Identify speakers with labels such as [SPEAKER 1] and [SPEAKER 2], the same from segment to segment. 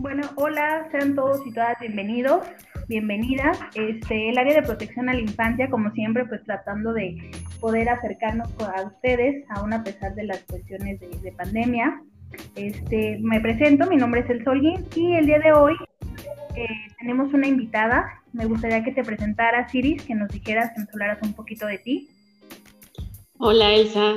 [SPEAKER 1] Bueno, hola, sean todos y todas bienvenidos, bienvenidas. El área de protección a la infancia, como siempre, pues tratando de poder acercarnos a ustedes, aún a pesar de las cuestiones de pandemia. Me presento, mi nombre es El Solguín y el día de hoy tenemos una invitada. Me gustaría que te presentaras, Iris, que nos dijeras, que nos hablaras un poquito de ti.
[SPEAKER 2] Hola Elsa,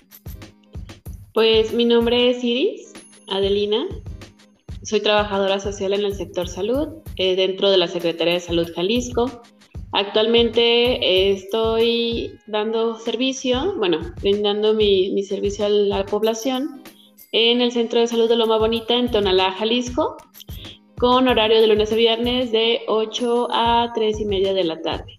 [SPEAKER 2] pues mi nombre es Iris Adelina, soy trabajadora social en el sector salud dentro de la Secretaría de Salud Jalisco. Actualmente estoy dando servicio, brindando mi servicio a la población en el Centro de Salud de Loma Bonita en Tonalá, Jalisco, con horario de lunes a viernes de 8 a 3:30 de la tarde.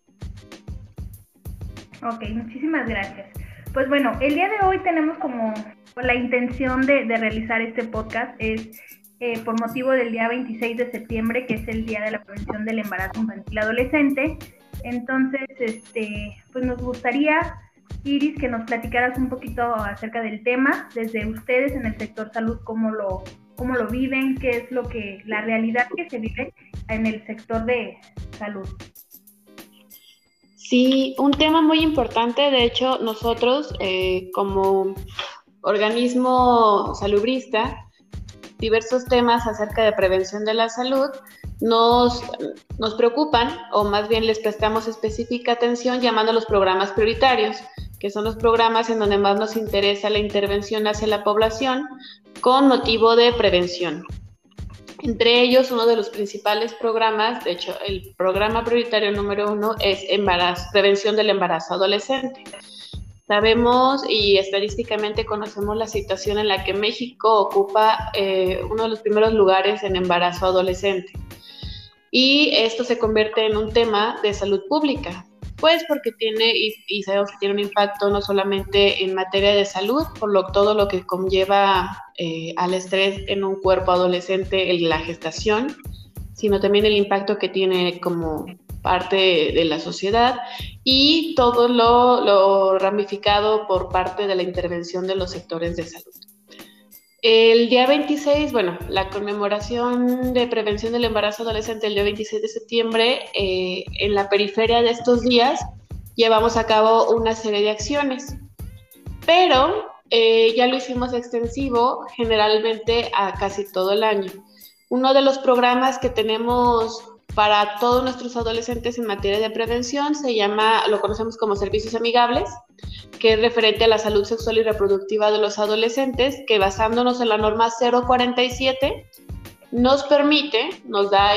[SPEAKER 1] Ok, muchísimas gracias. Pues bueno, el día de hoy tenemos como la intención de realizar este podcast es por motivo del día 26 de septiembre, que es el Día de la Prevención del Embarazo Infantil Adolescente. Entonces, pues nos gustaría, Iris, que nos platicaras un poquito acerca del tema, desde ustedes en el sector salud, cómo lo viven, qué es la realidad que se vive en el sector de salud.
[SPEAKER 2] Sí, un tema muy importante. De hecho, nosotros como organismo salubrista, diversos temas acerca de prevención de la salud nos preocupan, o más bien les prestamos específica atención llamando a los programas prioritarios, que son los programas en donde más nos interesa la intervención hacia la población con motivo de prevención. Entre ellos, uno de los principales programas, de hecho, el programa prioritario número 1 es prevención del embarazo adolescente. Sabemos y estadísticamente conocemos la situación en la que México ocupa uno de los primeros lugares en embarazo adolescente. Y esto se convierte en un tema de salud pública, pues porque tiene, y sabemos que tiene un impacto no solamente en materia de salud, todo lo que conlleva al estrés en un cuerpo adolescente en la gestación, sino también el impacto que tiene como parte de la sociedad y todo lo ramificado por parte de la intervención de los sectores de salud. El día 26, la conmemoración de prevención del embarazo adolescente, el día 26 de septiembre, en la periferia de estos días, llevamos a cabo una serie de acciones, pero ya lo hicimos extensivo generalmente a casi todo el año. Uno de los programas que tenemos para todos nuestros adolescentes en materia de prevención lo conocemos como Servicios Amigables, que es referente a la salud sexual y reproductiva de los adolescentes, que basándonos en la norma 047 nos da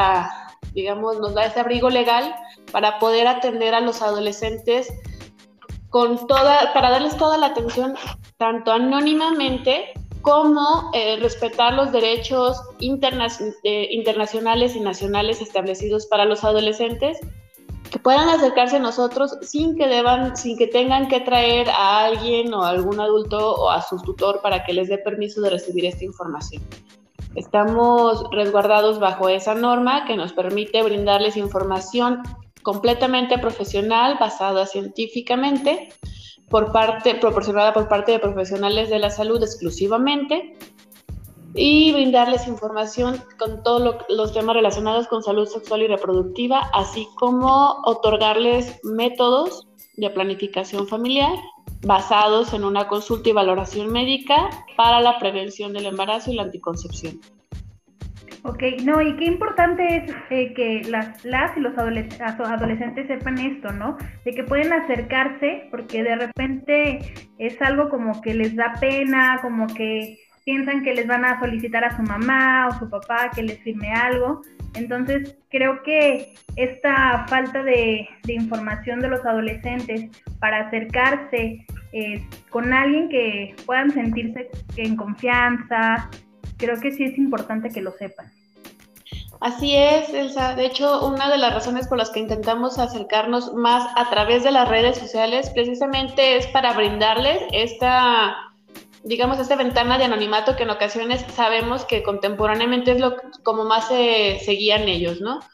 [SPEAKER 2] ese abrigo legal para poder atender a los adolescentes para darles toda la atención, tanto anónimamente como respetar los derechos internacionales y nacionales establecidos para los adolescentes, que puedan acercarse a nosotros sin que tengan que traer a alguien o a algún adulto o a su tutor para que les dé permiso de recibir esta información. Estamos resguardados bajo esa norma que nos permite brindarles información completamente profesional, basada científicamente, proporcionada por parte de profesionales de la salud exclusivamente, y brindarles información con todos los temas relacionados con salud sexual y reproductiva, así como otorgarles métodos de planificación familiar basados en una consulta y valoración médica para la prevención del embarazo y la anticoncepción.
[SPEAKER 1] Ok, no, y qué importante es que las y los adolescentes sepan esto, ¿no? De que pueden acercarse, porque de repente es algo como que les da pena, como que piensan que les van a solicitar a su mamá o su papá que les firme algo. Entonces, creo que esta falta de información de los adolescentes para acercarse con alguien que puedan sentirse en confianza, creo que sí es importante que lo sepan.
[SPEAKER 2] Así es, Elsa. De hecho, una de las razones por las que intentamos acercarnos más a través de las redes sociales precisamente es para brindarles esta ventana de anonimato que en ocasiones sabemos que contemporáneamente es como más se seguían ellos, ¿no?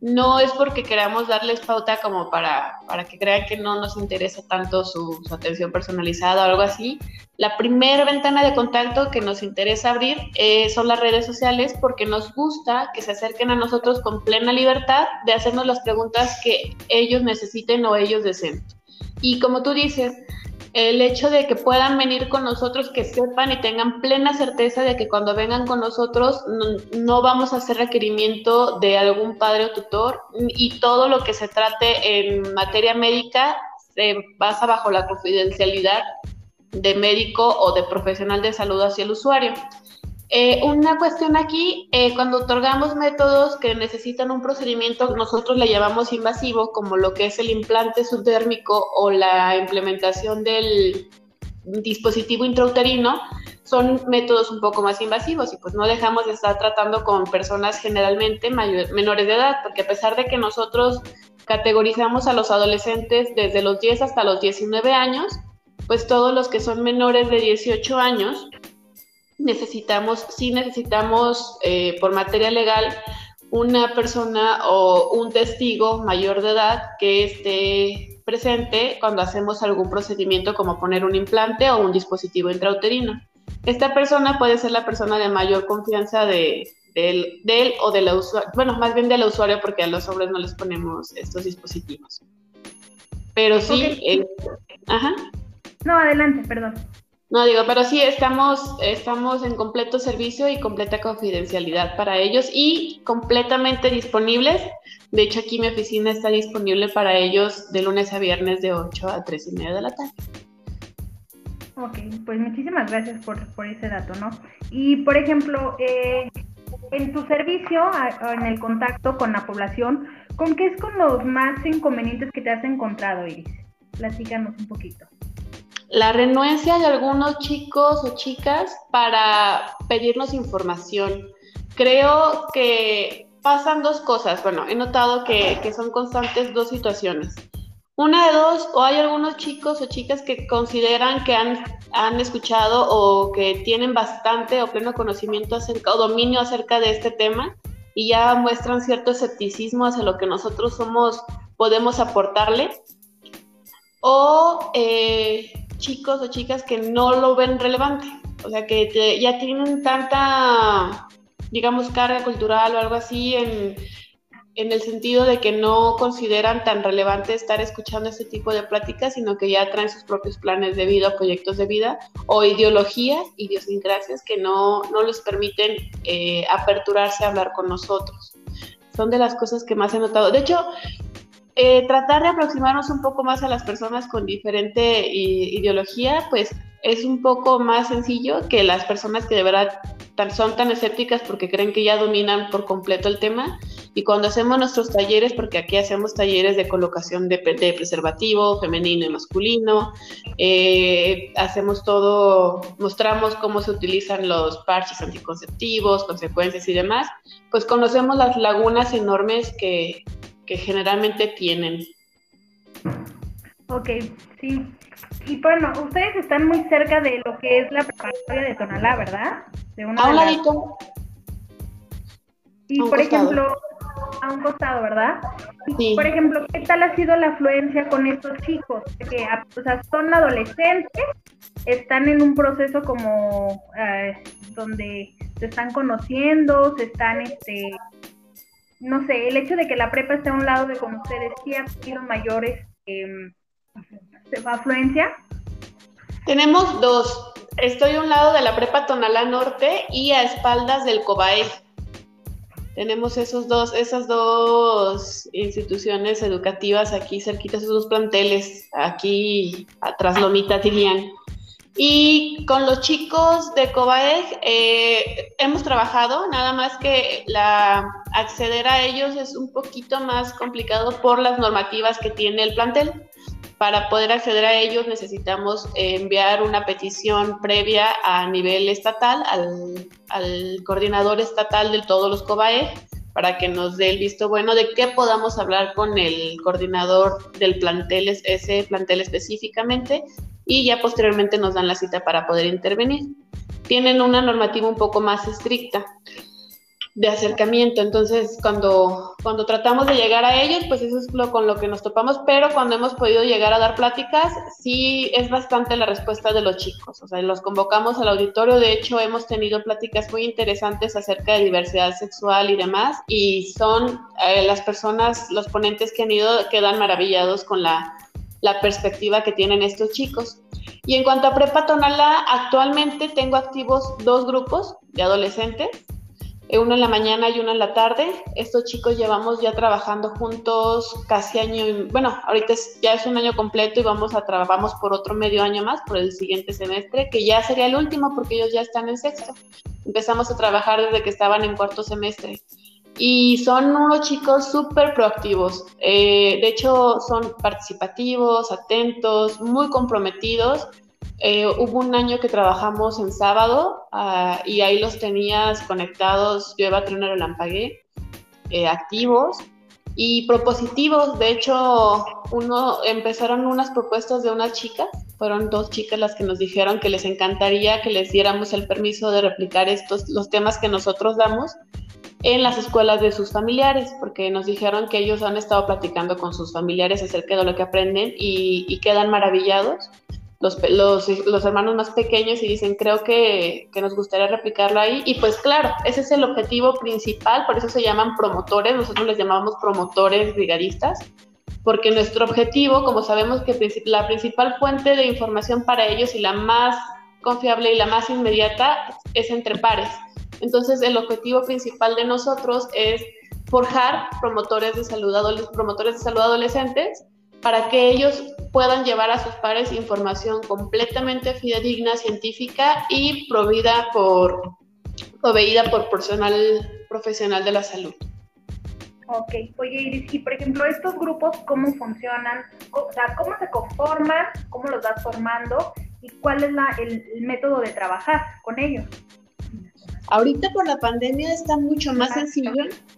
[SPEAKER 2] No es porque queramos darles pauta como para que crean que no nos interesa tanto su atención personalizada o algo así. La primera ventana de contacto que nos interesa abrir son las redes sociales, porque nos gusta que se acerquen a nosotros con plena libertad de hacernos las preguntas que ellos necesiten o ellos deseen. Y como tú dices, el hecho de que puedan venir con nosotros, que sepan y tengan plena certeza de que cuando vengan con nosotros no vamos a hacer requerimiento de algún padre o tutor, y todo lo que se trate en materia médica se basa bajo la confidencialidad de médico o de profesional de salud hacia el usuario. Una cuestión aquí, cuando otorgamos métodos que necesitan un procedimiento, nosotros le llamamos invasivo, como lo que es el implante subdérmico o la implementación del dispositivo intrauterino, son métodos un poco más invasivos, y pues no dejamos de estar tratando con personas generalmente menores de edad, porque a pesar de que nosotros categorizamos a los adolescentes desde los 10 hasta los 19 años, pues todos los que son menores de 18 años necesitamos por materia legal una persona o un testigo mayor de edad que esté presente cuando hacemos algún procedimiento como poner un implante o un dispositivo intrauterino. Esta persona puede ser la persona de mayor confianza de él o de la usuaria, bueno, más bien de la usuaria, porque a los hombres no les ponemos estos dispositivos. Pero sí,
[SPEAKER 1] okay.
[SPEAKER 2] Ajá.
[SPEAKER 1] No, adelante, perdón.
[SPEAKER 2] No, digo, pero sí, estamos en completo servicio y completa confidencialidad para ellos y completamente disponibles. De hecho, aquí mi oficina está disponible para ellos de lunes a viernes de 8 a 3:30 de la tarde.
[SPEAKER 1] Ok, pues muchísimas gracias por ese dato, ¿no? Y, por ejemplo, en tu servicio, en el contacto con la población, ¿con qué es con los más inconvenientes que te has encontrado, Iris? Platícanos un poquito.
[SPEAKER 2] La renuencia de algunos chicos o chicas para pedirnos información. Creo que pasan dos cosas. Bueno, he notado que son constantes dos situaciones. Una de dos, o hay algunos chicos o chicas que consideran que han escuchado o que tienen bastante o pleno conocimiento acerca o dominio acerca de este tema, y ya muestran cierto escepticismo hacia lo que nosotros podemos aportarle. O chicos o chicas que no lo ven relevante, o sea, que ya tienen tanta, digamos, carga cultural o algo así en el sentido de que no consideran tan relevante estar escuchando este tipo de pláticas, sino que ya traen sus propios planes de vida, proyectos de vida o ideologías, idiosincrasias que no les permiten aperturarse a hablar con nosotros. Son de las cosas que más he notado. De hecho, tratar de aproximarnos un poco más a las personas con diferente ideología, pues es un poco más sencillo que las personas que de verdad son tan escépticas porque creen que ya dominan por completo el tema. Y cuando hacemos nuestros talleres, porque aquí hacemos talleres de colocación de preservativo femenino y masculino, hacemos todo, mostramos cómo se utilizan los parches anticonceptivos, consecuencias y demás, pues conocemos las lagunas enormes que generalmente tienen.
[SPEAKER 1] Ok, sí. Y bueno, ustedes están muy cerca de lo que es la preparatoria de Tonalá, ¿verdad?
[SPEAKER 2] A un ladito.
[SPEAKER 1] Y por ejemplo, a un costado, ¿verdad?
[SPEAKER 2] Sí.
[SPEAKER 1] Por ejemplo, ¿qué tal ha sido la afluencia con estos chicos? Que, o sea, son adolescentes, están en un proceso como donde se están conociendo, se están, no sé, el hecho de que la prepa esté a un lado de con ustedes, ¿sí ha sido mayores afluencia?
[SPEAKER 2] Tenemos dos. Estoy a un lado de la prepa Tonalá Norte y a espaldas del COBAEG. Tenemos esas dos instituciones educativas aquí cerquitas, esos dos planteles, aquí atrás Lomita dirían. Y con los chicos de COBAEG hemos trabajado, nada más que acceder a ellos es un poquito más complicado por las normativas que tiene el plantel. Para poder acceder a ellos necesitamos enviar una petición previa a nivel estatal, al coordinador estatal de todos los COBAEG, para que nos dé el visto bueno de qué podamos hablar con el coordinador del plantel, ese plantel específicamente, y ya posteriormente nos dan la cita para poder intervenir. Tienen una normativa un poco más estricta de acercamiento, entonces cuando Cuando tratamos de llegar a ellos, pues eso es con lo que nos topamos, pero cuando hemos podido llegar a dar pláticas, sí es bastante la respuesta de los chicos. O sea, los convocamos al auditorio, de hecho hemos tenido pláticas muy interesantes acerca de diversidad sexual y demás, y son las personas, los ponentes que han ido, quedan maravillados con la perspectiva que tienen estos chicos. Y en cuanto a Prepa Tonalá, actualmente tengo activos 2 grupos de adolescentes, uno en la mañana y uno en la tarde. Estos chicos llevamos ya trabajando juntos casi año, bueno, ahorita ya es un año completo y vamos por otro medio año más, por el siguiente semestre, que ya sería el último porque ellos ya están en sexto. Empezamos a trabajar desde que estaban en cuarto semestre. Y son unos chicos súper proactivos, de hecho son participativos, atentos, muy comprometidos. Hubo un año que trabajamos en sábado y ahí los tenías conectados, yo iba a tener una relampagué, activos y propositivos. De hecho, empezaron unas propuestas de unas chicas, fueron 2 chicas las que nos dijeron que les encantaría que les diéramos el permiso de replicar los temas que nosotros damos en las escuelas de sus familiares, porque nos dijeron que ellos han estado platicando con sus familiares acerca de lo que aprenden y quedan maravillados. Los hermanos más pequeños y dicen, creo que nos gustaría replicarlo ahí. Y pues claro, ese es el objetivo principal, por eso se llaman promotores, nosotros les llamamos promotores brigadistas, porque nuestro objetivo, como sabemos que la principal fuente de información para ellos y la más confiable y la más inmediata es entre pares. Entonces el objetivo principal de nosotros es forjar promotores de salud adolescentes, para que ellos puedan llevar a sus pares información completamente fidedigna, científica y proveída por personal profesional de la salud.
[SPEAKER 1] Ok, oye Iris, y por ejemplo, estos grupos, ¿cómo funcionan? O sea, ¿cómo se conforman? ¿Cómo los vas formando? ¿Y cuál es el método de trabajar con ellos?
[SPEAKER 2] Ahorita por la pandemia está mucho más sencillo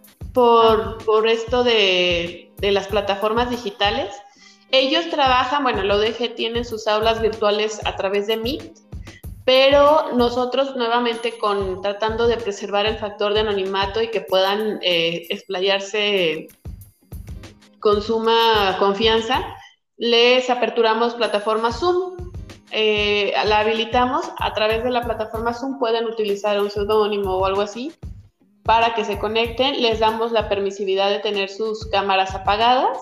[SPEAKER 2] por esto de las plataformas digitales. Ellos trabajan, bueno, la UDG tiene sus aulas virtuales a través de Meet, pero nosotros nuevamente tratando de preservar el factor de anonimato y que puedan explayarse con suma confianza, les aperturamos plataforma Zoom. La habilitamos, a través de la plataforma Zoom pueden utilizar un seudónimo o algo así para que se conecten, les damos la permisividad de tener sus cámaras apagadas.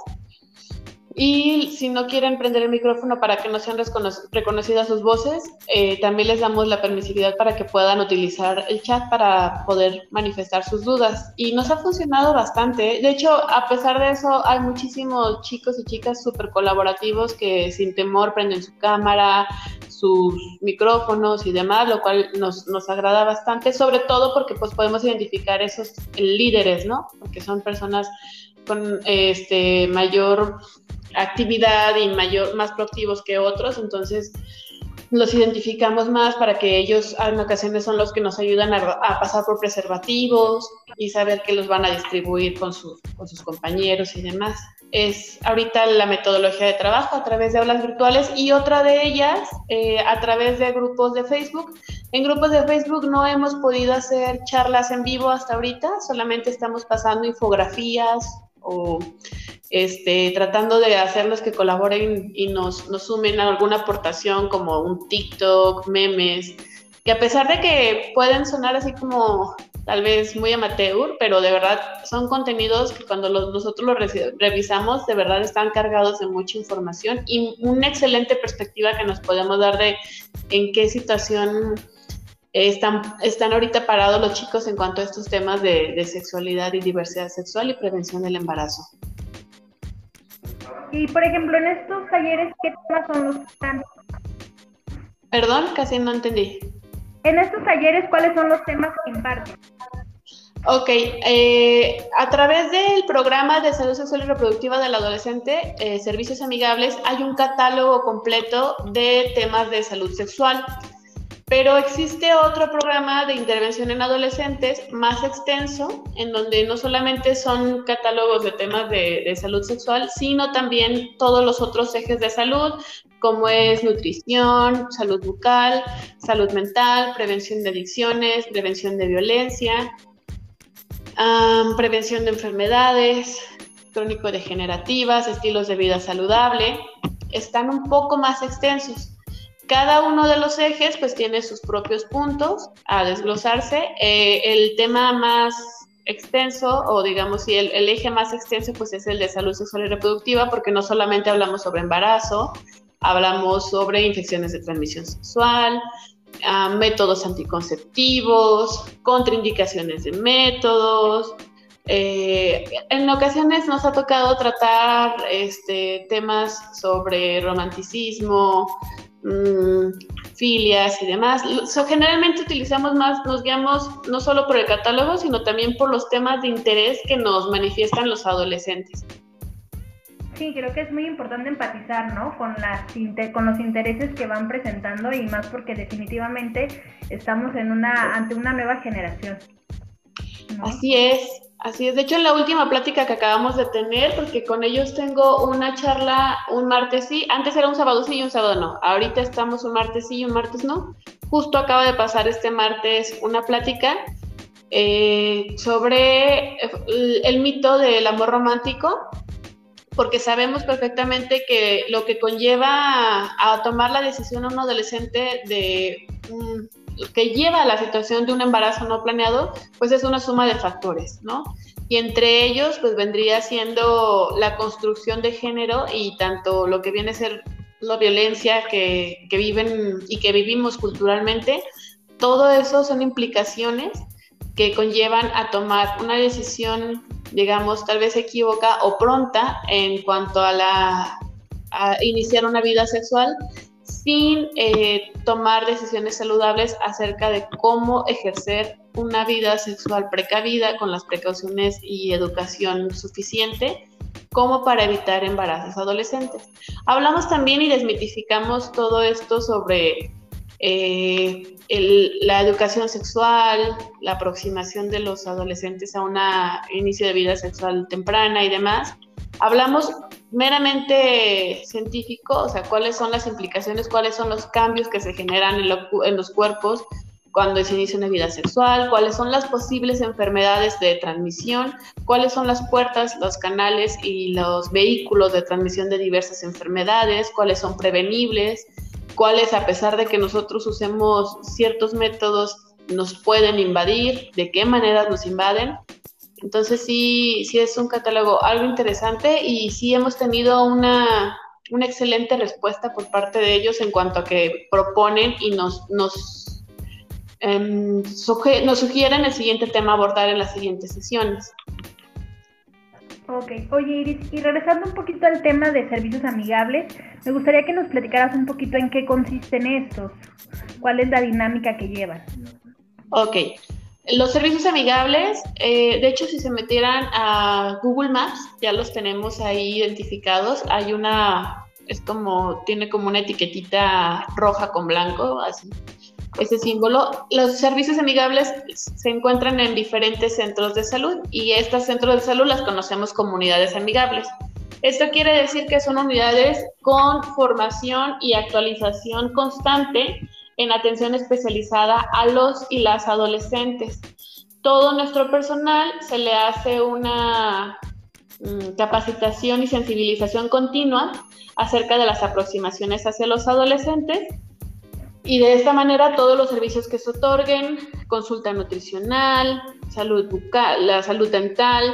[SPEAKER 2] Y si no quieren prender el micrófono para que no sean reconocidas sus voces, también les damos la permisividad para que puedan utilizar el chat para poder manifestar sus dudas. Y nos ha funcionado bastante. De hecho, a pesar de eso, hay muchísimos chicos y chicas súper colaborativos que sin temor prenden su cámara, sus micrófonos y demás, lo cual nos agrada bastante, sobre todo porque pues podemos identificar esos líderes, ¿no? Porque son personas con mayor actividad y más proactivos que otros, entonces los identificamos más para que ellos en ocasiones son los que nos ayudan a pasar por preservativos y saber que los van a distribuir con sus compañeros y demás. Es ahorita la metodología de trabajo a través de aulas virtuales y otra de ellas a través de grupos de Facebook. En grupos de Facebook no hemos podido hacer charlas en vivo hasta ahorita, solamente estamos pasando infografías o tratando de hacerlos que colaboren y nos sumen a alguna aportación como un TikTok, memes, que a pesar de que pueden sonar así como tal vez muy amateur, pero de verdad son contenidos que cuando nosotros los revisamos, de verdad están cargados de mucha información y una excelente perspectiva que nos podemos dar de en qué situación están ahorita parados los chicos en cuanto a estos temas de sexualidad y diversidad sexual y prevención del embarazo.
[SPEAKER 1] Y por ejemplo, en estos talleres, ¿qué temas son los que están?
[SPEAKER 2] Perdón, casi no entendí.
[SPEAKER 1] En estos talleres, ¿cuáles son los temas que imparten?
[SPEAKER 2] Ok, a través del programa de salud sexual y reproductiva del adolescente, Servicios Amigables, hay un catálogo completo de temas de salud sexual. Pero existe otro programa de intervención en adolescentes más extenso, en donde no solamente son catálogos de temas de salud sexual, sino también todos los otros ejes de salud, como es nutrición, salud bucal, salud mental, prevención de adicciones, prevención de violencia. prevención de enfermedades crónico-degenerativas, estilos de vida saludable, están un poco más extensos. Cada uno de los ejes pues tiene sus propios puntos a desglosarse. El tema más extenso, o digamos si el eje más extenso pues es el de salud sexual y reproductiva, porque no solamente hablamos sobre embarazo, hablamos sobre infecciones de transmisión sexual, métodos anticonceptivos, contraindicaciones de métodos. En ocasiones nos ha tocado tratar temas sobre romanticismo, filias y demás. Generalmente utilizamos más, nos guiamos no solo por el catálogo, sino también por los temas de interés que nos manifiestan los adolescentes.
[SPEAKER 1] Sí, creo que es muy importante empatizar, ¿no? Con los intereses que van presentando, y más porque definitivamente estamos ante una nueva generación, ¿no?
[SPEAKER 2] Así es. De hecho, en la última plática que acabamos de tener, porque con ellos tengo una charla un martes sí, antes era un sábado sí y un sábado no. Ahorita estamos un martes sí y un martes no. Justo acaba de pasar este martes una plática sobre el mito del amor romántico, porque sabemos perfectamente que lo que conlleva a tomar la decisión a un adolescente que lleva a la situación de un embarazo no planeado, pues es una suma de factores, ¿no? Y entre ellos, pues vendría siendo la construcción de género y tanto lo que viene a ser la violencia que viven y que vivimos culturalmente. Todo eso son implicaciones que conllevan a tomar una decisión, digamos, tal vez equívoca o pronta en cuanto a iniciar una vida sexual, sin tomar decisiones saludables acerca de cómo ejercer una vida sexual precavida con las precauciones y educación suficiente como para evitar embarazos adolescentes. Hablamos también y desmitificamos todo esto sobre la educación sexual, la aproximación de los adolescentes a un inicio de vida sexual temprana y demás. Hablamos meramente científico, o sea, cuáles son las implicaciones, cuáles son los cambios que se generan en los cuerpos cuando se inicia una vida sexual, cuáles son las posibles enfermedades de transmisión, cuáles son las puertas, los canales y los vehículos de transmisión de diversas enfermedades, cuáles son prevenibles, cuáles, a pesar de que nosotros usemos ciertos métodos, nos pueden invadir, de qué maneras nos invaden. Entonces sí es un catálogo algo interesante, y sí hemos tenido una excelente respuesta por parte de ellos en cuanto a que proponen y nos sugieren el siguiente tema a abordar en las siguientes sesiones.
[SPEAKER 1] Ok, oye Iris, y regresando un poquito al tema de servicios amigables, me gustaría que nos platicaras un poquito en qué consisten estos, cuál es la dinámica que llevan.
[SPEAKER 2] Ok, los servicios amigables, de hecho, si se metieran a Google Maps, ya los tenemos ahí identificados. Hay tiene como una etiquetita roja con blanco, así, ese símbolo. Los servicios amigables se encuentran en diferentes centros de salud, y estos centros de salud las conocemos como unidades amigables. Esto quiere decir que son unidades con formación y actualización constante en atención especializada a los y las adolescentes. Todo nuestro personal se le hace una capacitación y sensibilización continua acerca de las aproximaciones hacia los adolescentes, y de esta manera todos los servicios que se otorguen, consulta nutricional, salud bucal, la salud dental,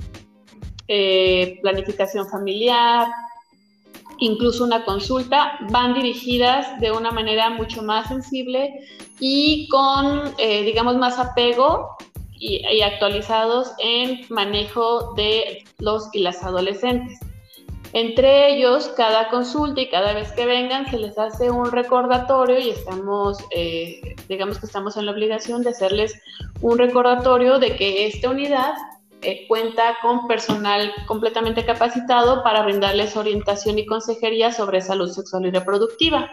[SPEAKER 2] planificación familiar, incluso una consulta, van dirigidas de una manera mucho más sensible y con, digamos, más apego y actualizados en manejo de los y las adolescentes. Entre ellos, cada consulta y cada vez que vengan se les hace un recordatorio, y digamos que estamos en la obligación de hacerles un recordatorio de que esta unidad cuenta con personal completamente capacitado para brindarles orientación y consejería sobre salud sexual y reproductiva.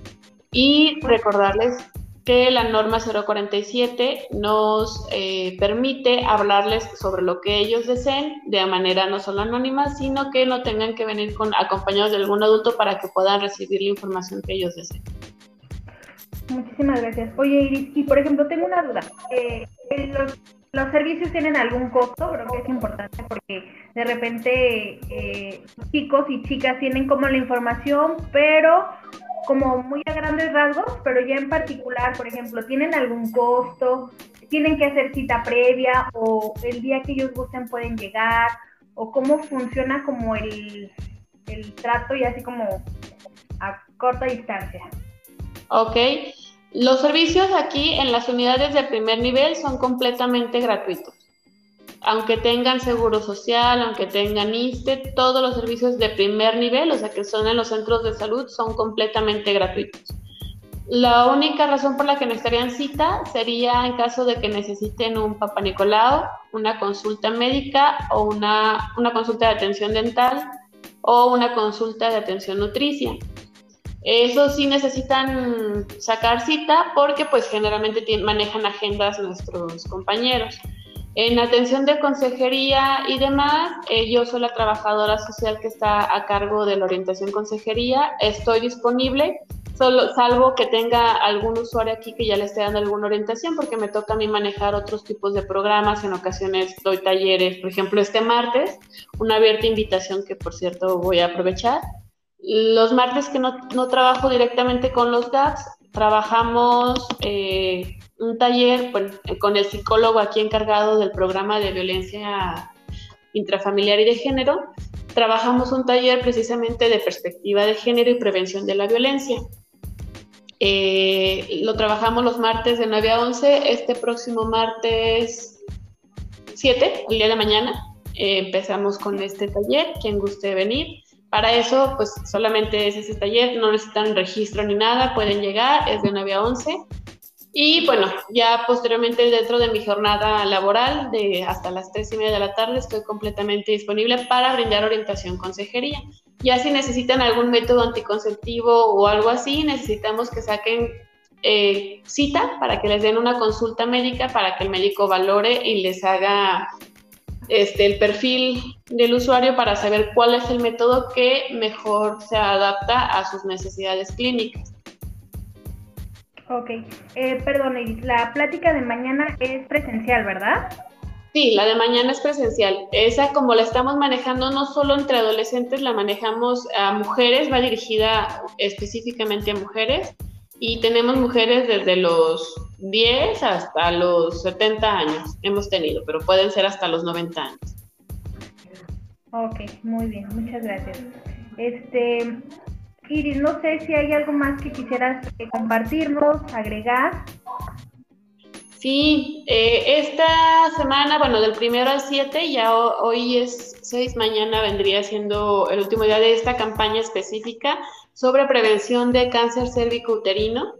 [SPEAKER 2] Y recordarles que la norma 047 nos permite hablarles sobre lo que ellos deseen de manera no solo anónima, sino que no tengan que venir acompañados de algún adulto para que puedan recibir la información que ellos deseen.
[SPEAKER 1] Muchísimas gracias. Oye, Iris, y por ejemplo, tengo una duda. ¿Los servicios tienen algún costo? Creo que es importante porque de repente chicos y chicas tienen como la información, pero como muy a grandes rasgos, pero ya en particular, por ejemplo, ¿tienen algún costo? ¿Tienen que hacer cita previa o el día que ellos gusten pueden llegar? ¿O cómo funciona como el trato y así como a corta distancia?
[SPEAKER 2] Ok. Los servicios aquí en las unidades de primer nivel son completamente gratuitos. Aunque tengan seguro social, aunque tengan ISSSTE, todos los servicios de primer nivel, o sea que son en los centros de salud, son completamente gratuitos. La única razón por la que necesitarían cita sería en caso de que necesiten un Papá Nicolau, una consulta médica o una consulta de atención dental o una consulta de atención nutricia. Eso sí necesitan sacar cita porque pues generalmente manejan agendas nuestros compañeros. En atención de consejería y demás, yo soy la trabajadora social que está a cargo de la orientación consejería. Estoy disponible, salvo que tenga algún usuario aquí que ya le esté dando alguna orientación, porque me toca a mí manejar otros tipos de programas. En ocasiones doy talleres, por ejemplo, este martes, una abierta invitación que, por cierto, voy a aprovechar. Los martes que no trabajo directamente con los GAPS, trabajamos un taller con el psicólogo aquí encargado del programa de violencia intrafamiliar y de género. Trabajamos un taller precisamente de perspectiva de género y prevención de la violencia. Lo trabajamos los martes de 9 a 11. Este próximo martes 7, el día de mañana, empezamos con este taller. Quien guste venir. Para eso, pues solamente es ese taller, no necesitan registro ni nada, pueden llegar, es de 9 a 11. Y bueno, ya posteriormente dentro de mi jornada laboral, de hasta las 3:30 de la tarde, estoy completamente disponible para brindar orientación consejería. Ya si necesitan algún método anticonceptivo o algo así, necesitamos que saquen cita para que les den una consulta médica, para que el médico valore y les haga el perfil del usuario para saber cuál es el método que mejor se adapta a sus necesidades clínicas.
[SPEAKER 1] Ok, perdón, la plática de mañana es presencial, ¿verdad?
[SPEAKER 2] Sí, la de mañana es presencial. Esa, como la estamos manejando no solo entre adolescentes, la manejamos a mujeres, va dirigida específicamente a mujeres, y tenemos mujeres desde los 10 hasta los 70 años, hemos tenido, pero pueden ser hasta los 90 años.
[SPEAKER 1] Ok, muy bien, muchas gracias. Iris, no sé si hay algo más que quisieras compartirnos, agregar.
[SPEAKER 2] Sí, esta semana, bueno, del 1 al 7, ya hoy es 6, mañana vendría siendo el último día de esta campaña específica sobre prevención de cáncer cérvico-uterino.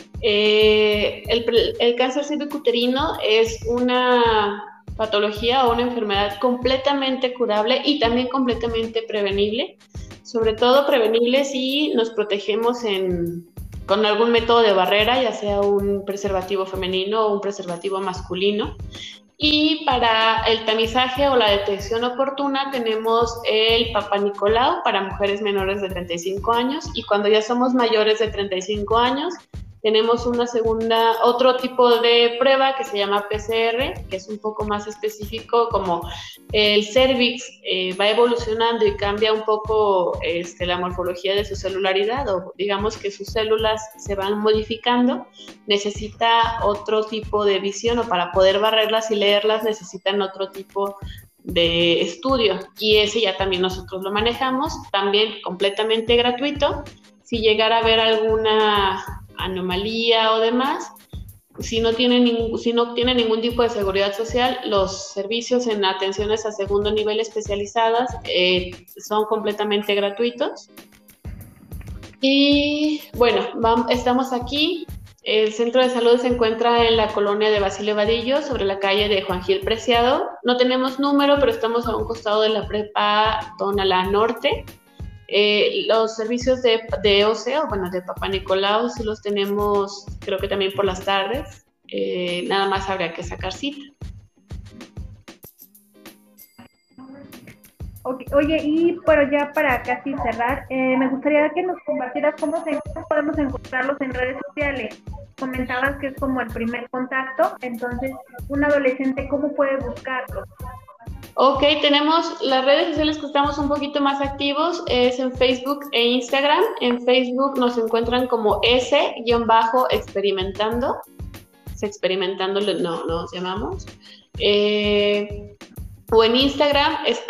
[SPEAKER 2] El cáncer cérvico-uterino es una patología o una enfermedad completamente curable y también completamente prevenible, sobre todo prevenible si nos protegemos con algún método de barrera, ya sea un preservativo femenino o un preservativo masculino. Y para el tamizaje o la detección oportuna tenemos el Papá Nicolau para mujeres menores de 35 años, y cuando ya somos mayores de 35 años tenemos otro tipo de prueba que se llama PCR, que es un poco más específico. Como el cervix va evolucionando y cambia un poco la morfología de su celularidad, o digamos que sus células se van modificando, necesita otro tipo de visión, o para poder barrerlas y leerlas necesitan otro tipo de estudio, y ese ya también nosotros lo manejamos, también completamente gratuito. Si llegara a haber alguna anomalía o demás, si no tiene ningún tipo de seguridad social, los servicios en atenciones a segundo nivel especializadas son completamente gratuitos. Y bueno, estamos aquí. El centro de salud se encuentra en la colonia de Basilio Vadillo, sobre la calle de Juan Gil Preciado. No tenemos número, pero estamos a un costado de la prepa Tonalá Norte. Los servicios de OCE, bueno, de Papá Nicolau, sí los tenemos, creo que también por las tardes. Nada más habría que sacar cita.
[SPEAKER 1] Okay. Oye, y bueno, ya para casi cerrar, me gustaría que nos compartieras cómo podemos encontrarlos en redes sociales. comentabas que es como el primer contacto, entonces un adolescente, ¿cómo puede buscarlo?
[SPEAKER 2] Ok, tenemos las redes sociales que estamos un poquito más activos, es en Facebook e Instagram. En Facebook nos encuentran como S-experimentando, experimentando nos llamamos. O en Instagram es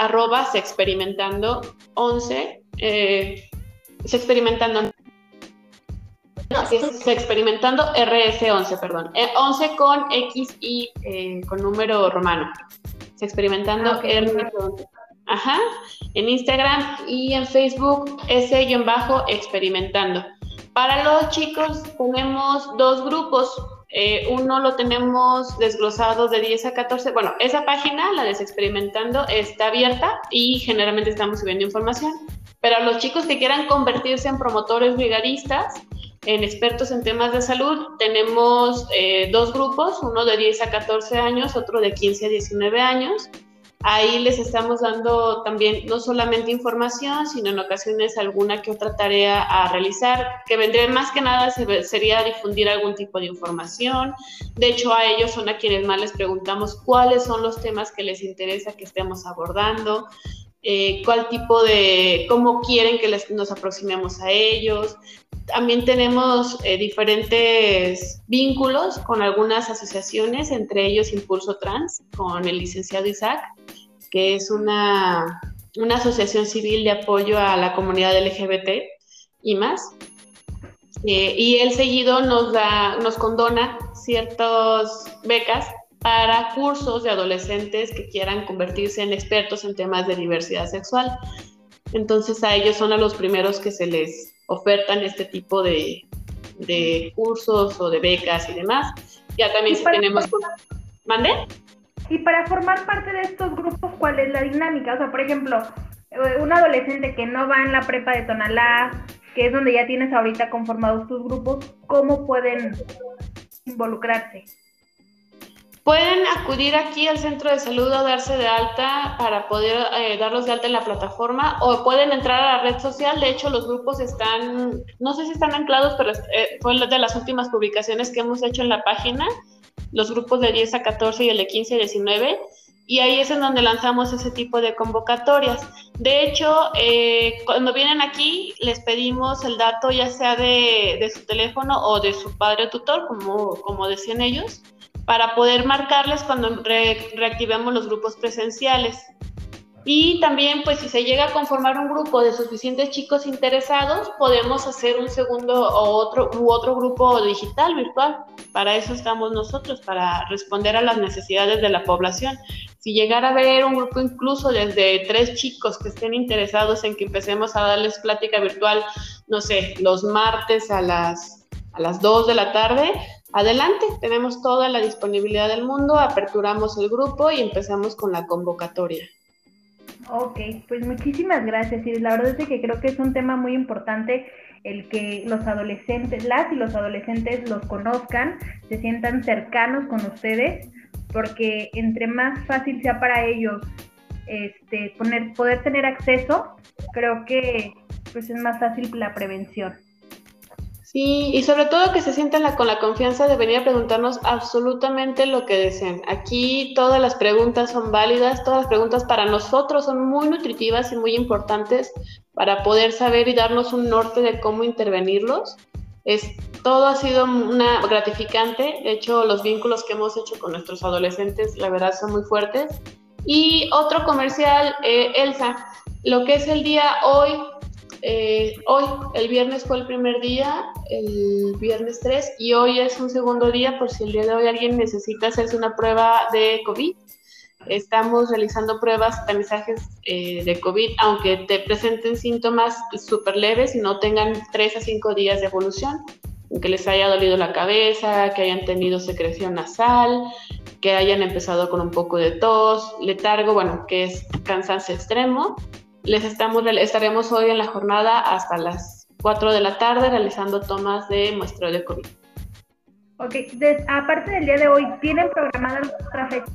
[SPEAKER 2] @sexperimentando11, sexperimentando, no, sí, es experimentando RS11, perdón, 11 con X y con número romano, experimentando RS11. Ajá, en Instagram y en Facebook S-experimentando. Para los chicos tenemos dos grupos. Uno lo tenemos desglosado de 10 a 14. Bueno, esa página, la de Experimentando, está abierta y generalmente estamos subiendo información. Pero a los chicos que quieran convertirse en promotores brigadistas, en expertos en temas de salud, tenemos dos grupos, uno de 10 a 14 años, otro de 15 a 19 años. Ahí les estamos dando también no solamente información, sino en ocasiones alguna que otra tarea a realizar, que vendría más que nada sería difundir algún tipo de información. De hecho, a ellos son a quienes más les preguntamos cuáles son los temas que les interesa que estemos abordando, cuál tipo de, cómo quieren que nos aproximemos a ellos. También tenemos diferentes vínculos con algunas asociaciones, entre ellos Impulso Trans, con el licenciado Isaac, que es una asociación civil de apoyo a la comunidad LGBT y más. Y él seguido nos condona ciertas becas para cursos de adolescentes que quieran convertirse en expertos en temas de diversidad sexual. Entonces a ellos son a los primeros que se les ofertan este tipo de cursos o de becas y demás. Ya también tenemos... ¿Mande?
[SPEAKER 1] Y para formar parte de estos grupos, ¿cuál es la dinámica? O sea, por ejemplo, un adolescente que no va en la prepa de Tonalá, que es donde ya tienes ahorita conformados tus grupos, ¿cómo pueden involucrarse?
[SPEAKER 2] Pueden acudir aquí al centro de salud o darse de alta para poder darlos de alta en la plataforma, o pueden entrar a la red social. De hecho, los grupos están, no sé si están anclados, pero fue de las últimas publicaciones que hemos hecho en la página, los grupos de 10 a 14 y el de 15 a 19, y ahí es en donde lanzamos ese tipo de convocatorias. De hecho, cuando vienen aquí, les pedimos el dato ya sea de su teléfono o de su padre tutor, como decían ellos, para poder marcarles cuando reactivemos los grupos presenciales. Y también, pues, si se llega a conformar un grupo de suficientes chicos interesados, podemos hacer un segundo otro grupo digital, virtual. Para eso estamos nosotros, para responder a las necesidades de la población. Si llegara a haber un grupo incluso desde 3 chicos que estén interesados en que empecemos a darles plática virtual, no sé, los martes a las 2 de la tarde, adelante, tenemos toda la disponibilidad del mundo, aperturamos el grupo y empezamos con la convocatoria.
[SPEAKER 1] Ok, pues muchísimas gracias, Iris. La verdad es que creo que es un tema muy importante el que los adolescentes, las y los adolescentes los conozcan, se sientan cercanos con ustedes, porque entre más fácil sea para ellos poder tener acceso, creo que pues es más fácil la prevención.
[SPEAKER 2] Sí, y sobre todo que se sientan con la confianza de venir a preguntarnos absolutamente lo que deseen. Aquí todas las preguntas son válidas, todas las preguntas para nosotros son muy nutritivas y muy importantes para poder saber y darnos un norte de cómo intervenirlos. Todo ha sido gratificante. De hecho, los vínculos que hemos hecho con nuestros adolescentes, la verdad, son muy fuertes. Y otro comercial, Elsa, lo que es el día hoy, el viernes fue el primer día, el viernes 3, y hoy es un segundo día por si el día de hoy alguien necesita hacerse una prueba de COVID. Estamos realizando pruebas, tamizajes de COVID, aunque te presenten síntomas súper leves y no tengan 3 a 5 días de evolución, que les haya dolido la cabeza, que hayan tenido secreción nasal, que hayan empezado con un poco de tos, letargo, bueno, que es cansancio extremo. Estaremos hoy en la jornada hasta las 4 de la tarde realizando tomas de muestreo de COVID.
[SPEAKER 1] Ok, aparte del día de hoy, ¿tienen programada otra fecha?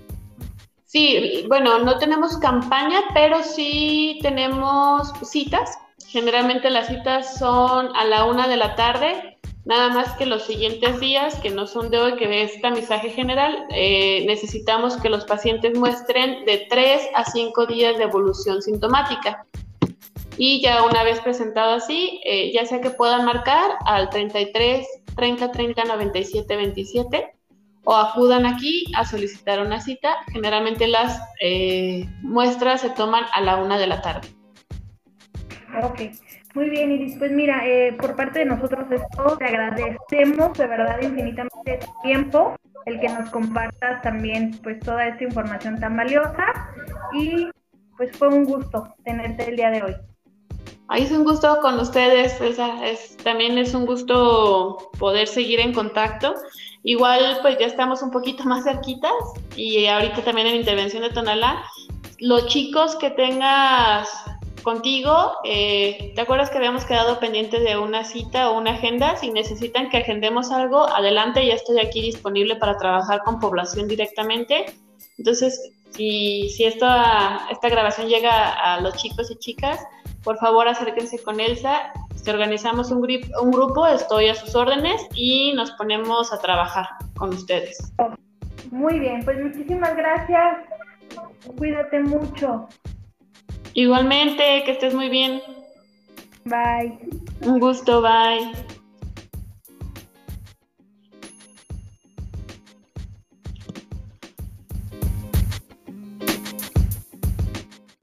[SPEAKER 2] Sí, bueno, no tenemos campaña, pero sí tenemos citas. Generalmente las citas son a la 1 de la tarde Nada más que los siguientes días, que no son de hoy, que es tamizaje general, necesitamos que los pacientes muestren de 3 a 5 días de evolución sintomática. Y ya una vez presentado así, ya sea que puedan marcar al 33 30 30 97 27 o acudan aquí a solicitar una cita. Generalmente las muestras se toman a la 1 de la tarde.
[SPEAKER 1] Ok, muy bien, Iris. Pues mira, por parte de nosotros es todo. Te agradecemos de verdad infinitamente tu tiempo, el que nos compartas también pues toda esta información tan valiosa y pues fue un gusto tenerte el día de hoy.
[SPEAKER 2] Ahí es un gusto con ustedes, también es un gusto poder seguir en contacto. Igual pues ya estamos un poquito más cerquitas y ahorita también en intervención de Tonalá. Los chicos que tengas contigo, ¿te acuerdas que habíamos quedado pendientes de una cita o una agenda? Si necesitan que agendemos algo, adelante, ya estoy aquí disponible para trabajar con población directamente. Entonces, si esta grabación llega a los chicos y chicas, por favor acérquense con Elsa, si organizamos un grupo, estoy a sus órdenes y nos ponemos a trabajar con ustedes.
[SPEAKER 1] Muy bien, pues muchísimas gracias, cuídate mucho.
[SPEAKER 2] Igualmente, que estés muy bien.
[SPEAKER 1] Bye.
[SPEAKER 2] Un gusto, bye.